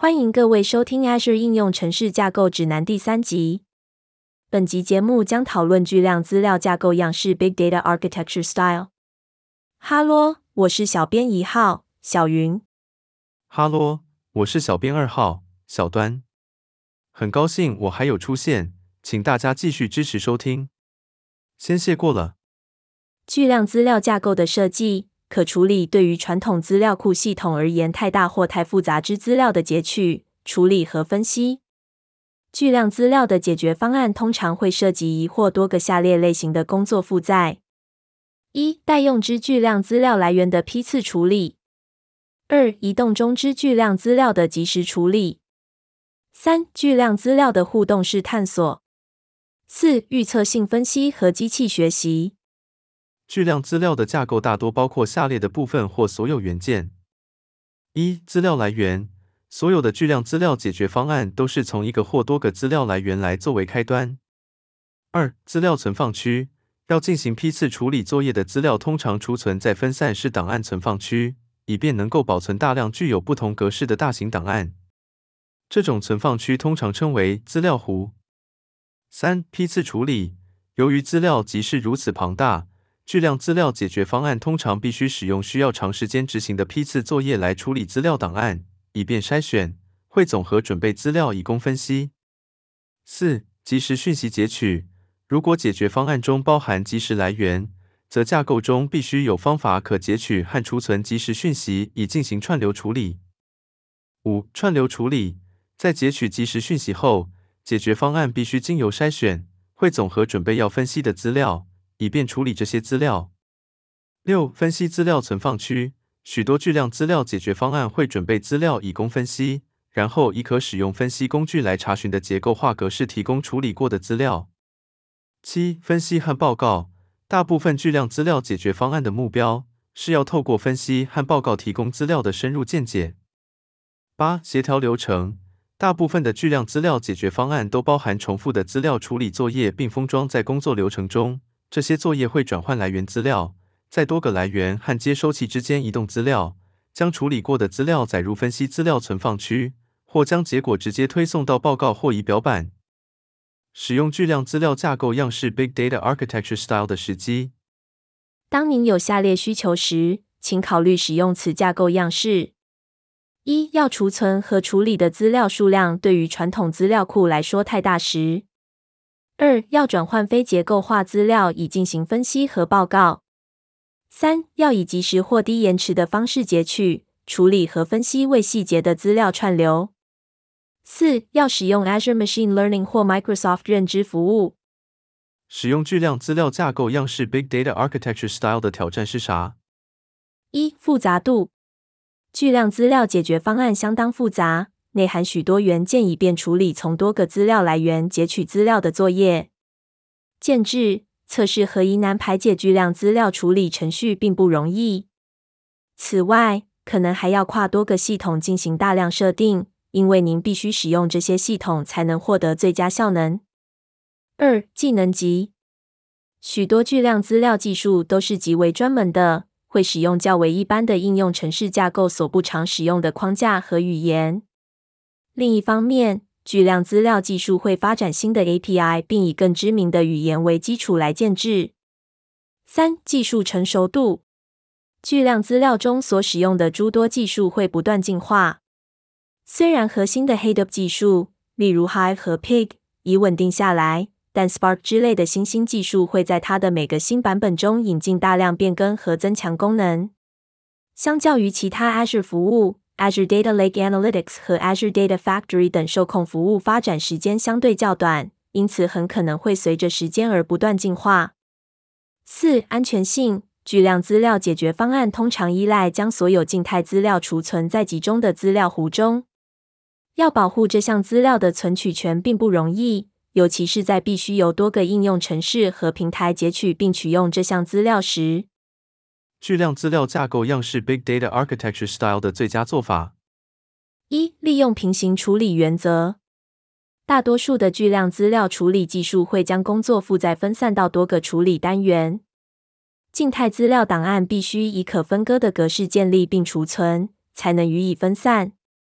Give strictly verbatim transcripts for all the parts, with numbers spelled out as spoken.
欢迎各位收听 Azure 应用程式架构指南第三集。本集节目将讨论巨量资料架构样式 Big Data Architecture Style。哈喽，我是小编一号小云。 哈喽，我是小编二号小端。很高兴我还有出现，请大家继续支持收听。先谢过了。 巨量资料架构的设计，可处理对于传统资料库系统而言太大或太复杂之资料的截取、处理和分析。巨量资料的解决方案通常会涉及一或多个下列类型的工作负载：一、待用之巨量资料来源的批次处理；二、移动中之巨量资料的即时处理；三、巨量资料的互动式探索；四、预测性分析和机器学习。 巨量资料的架构大多包括下列的部分或所有元件：一、资料来源。所有的巨量资料解决方案都是从一个或多个资料来源来作为开端。二、资料存放区。要进行批次处理作业的资料通常储存在分散式档案存放区，以便能够保存大量具有不同格式的大型档案。这种存放区通常称为资料湖。三、批次处理。由于资料集是如此庞大，巨量资料解决方案通常必须使用需要长时间执行的批次作业来处理资料档案，以便筛选、汇总和准备资料以供分析。四、即时讯息截取。如果解决方案中包含即时来源，则架构中必须有方法可截取和储存即时讯息以进行串流处理。五、串流处理。在截取即时讯息后，解决方案必须经由筛选、汇总和准备要分析的资料，以便处理这些资料。六、分析资料存放区。许多巨量资料解决方案会准备资料以供分析，然后以可使用分析工具来查询的结构化格式提供处理过的资料。七、分析和报告。大部分巨量资料解决方案的目标是要透过分析和报告提供资料的深入见解。八、协调流程。大部分的巨量资料解决方案都包含重复的资料处理作业并封装在工作流程中，这些作业会转换来源资料，在多个来源和接收器之间移动资料，将处理过的资料载入分析资料存放区，或将结果直接推送到报告或仪表板。使用巨量资料架构样式 Big Data Architecture Style 的时机。 当您有下列需求时，请考虑使用此架构样式：一、要储存和处理的资料数量对于传统资料库来说太大时；二、要转换非结构化资料以进行分析和报告；三、要以即时或低延迟的方式截取、处理和分析未细节的资料串流；四、要使用 Azure Machine Learning 或 Microsoft 认知服务。 使用巨量资料架构样式 Big Data Architecture Style 的挑战是啥？ 一、复杂度。巨量资料解决方案相当复杂，内含许多元件以便处理从多个资料来源截取资料的作业。建制、测试和疑难排解巨量资料处理程序并不容易。此外，可能还要跨多个系统进行大量设定，因为您必须使用这些系统才能获得最佳效能。二、技能级。许多巨量资料技术都是极为专门的，会使用较为一般的应用程式架构所不常使用的框架和语言。另一方面，巨量资料技术会发展新的 A P I， 并以更知名的语言为基础来建制。三、技术成熟度。巨量资料中所使用的诸多技术会不断进化。虽然核心的 Hadoop 技术，例如 Hive 和 Pig， 已稳定下来，但 Spark 之类的新兴技术会在它的每个新版本中引进大量变更和增强功能。相较于其他 Azure 服务， Azure Data Lake Analytics 和 Azure Data Factory 等受控服务发展时间相对较短，因此很可能会随着时间而不断进化。四、安全性。巨量资料解决方案通常依赖将所有静态资料储存在集中的资料湖中。要保护这项资料的存取权并不容易，尤其是在必须由多个应用程式和平台截取并取用这项资料时。 巨量资料架构样式 Big Data Architecture Style 的最佳做法。 一、利用平行处理原则。大多数的巨量资料处理技术会将工作负载分散到多个处理单元。静态资料档案必须以可分割的格式建立并储存，才能予以分散。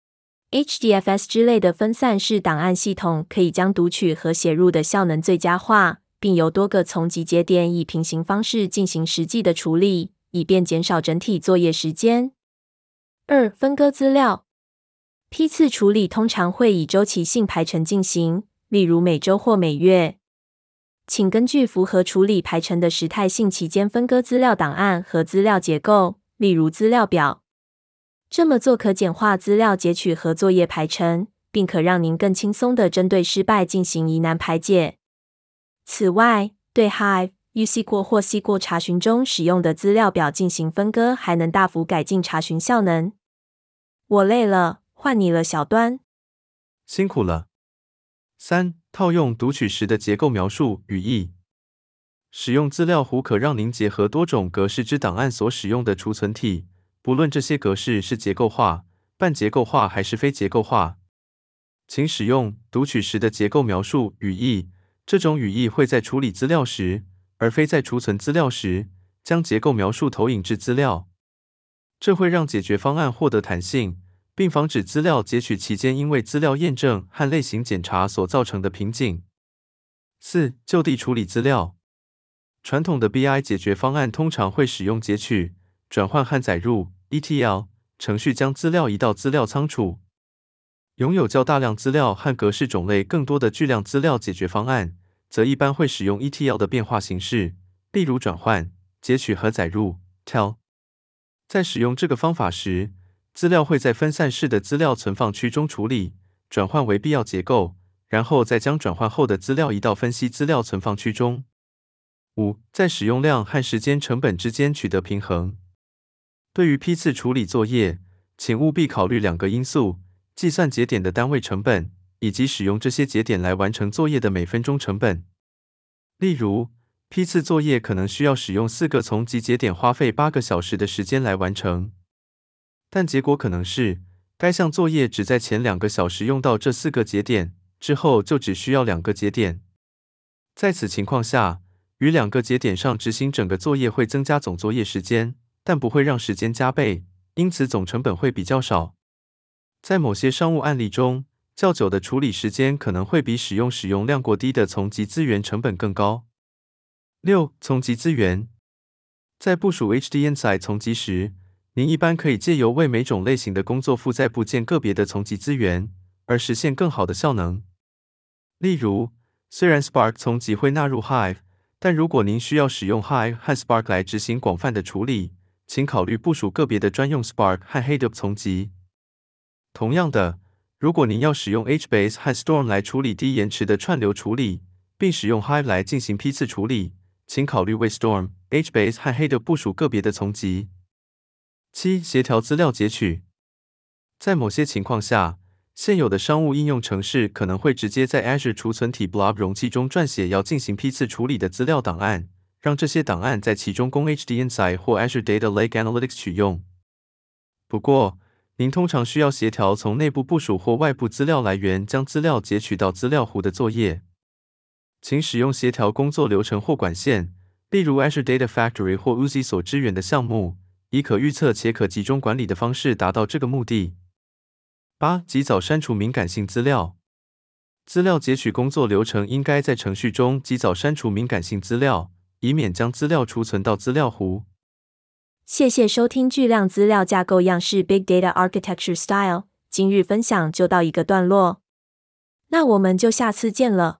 H D F S 之类的分散式档案系统可以将读取和写入的效能最佳化，并由多个从集节点以平行方式进行实际的处理，以便减少整体作业时间。二、分割资料。批次处理通常会以周期性排程进行，例如每周或每月。请根据符合处理排程的时态性期间分割资料档案和资料结构，例如资料表。这么做可简化资料截取和作业排程，并可让您更轻松地针对失败进行疑难排解。此外，对 Hive、U S Q L 或 S Q L 查询中使用的资料表进行分割，还能大幅改进查询效能。我累了，换你了，小端。 辛苦了。三、套用读取时的结构描述语义。使用资料湖可让您结合多种格式之档案所使用的储存体，不论这些格式是结构化、半结构化还是非结构化。请使用读取时的结构描述语义，这种语义会在处理资料时，而非在储存资料时，将结构描述投影至资料。这会让解决方案获得弹性，并防止资料截取期间因为资料验证和类型检查所造成的瓶颈。四、就地处理资料。传统的 B I 解决方案通常会使用截取、转换和载入 E T L 程序将资料移到资料仓储。拥有较大量资料和格式种类更多的巨量资料解决方案，则一般会使用 E T L 的变化形式，例如转换、截取和载入 T E L。在使用这个方法时，资料会在分散式的资料存放区中处理，转换为必要结构，然后再将转换后的资料移到分析资料存放区中。五、在使用量和时间成本之间取得平衡。对于批次处理作业，请务必考虑两个因素：计算节点的单位成本，以及使用这些节点来完成作业的每分钟成本。例如，批次作业可能需要使用四个从集节点花费八个小时的时间来完成，但结果可能是，该项作业只在前两个小时用到这四个节点，之后就只需要两个节点。在此情况下，于两个节点上执行整个作业会增加总作业时间，但不会让时间加倍，因此总成本会比较少。在某些商务案例中，较久的处理时间可能会比使用使用量过低的从集资源成本更高。六、从集资源。在部署 H D Insight 从集时，您一般可以借由为每种类型的工作负载部件个别的从集资源，而实现更好的效能。例如，虽然 Spark 从集会纳入 Hive， 但如果您需要使用 Hive 和 Spark 来执行广泛的处理，请考虑部署个别的专用 Spark 和 Hadoop 从集。同样的，如果您要使用 HBase 和 Storm 来处理低延迟的串流处理，并使用 Hive 来进行批次处理，请考虑为 Storm、HBase 和 Hadoop 部署个别的从集。七、协调资料截取。在某些情况下，现有的商务应用程式可能会直接在 Azure 储存体 Blob 容器中撰写要进行批次处理的资料档案，让这些档案在其中供 H D Insight 或 Azure Data Lake Analytics 取用。不过，您通常需要协调从内部部署或外部资料来源将资料截取到资料湖的作业。请使用协调工作流程或管线，例如 Azure Data Factory 或 U Z I 所支援的项目，以可预测且可集中管理的方式达到这个目的。八、及早删除敏感性资料。资料截取工作流程应该在程序中及早删除敏感性资料，以免将资料储存到资料湖。 谢谢收听巨量资料架构样式 Big Data Architecture Style， 今日分享就到一个段落。那我们就下次见了。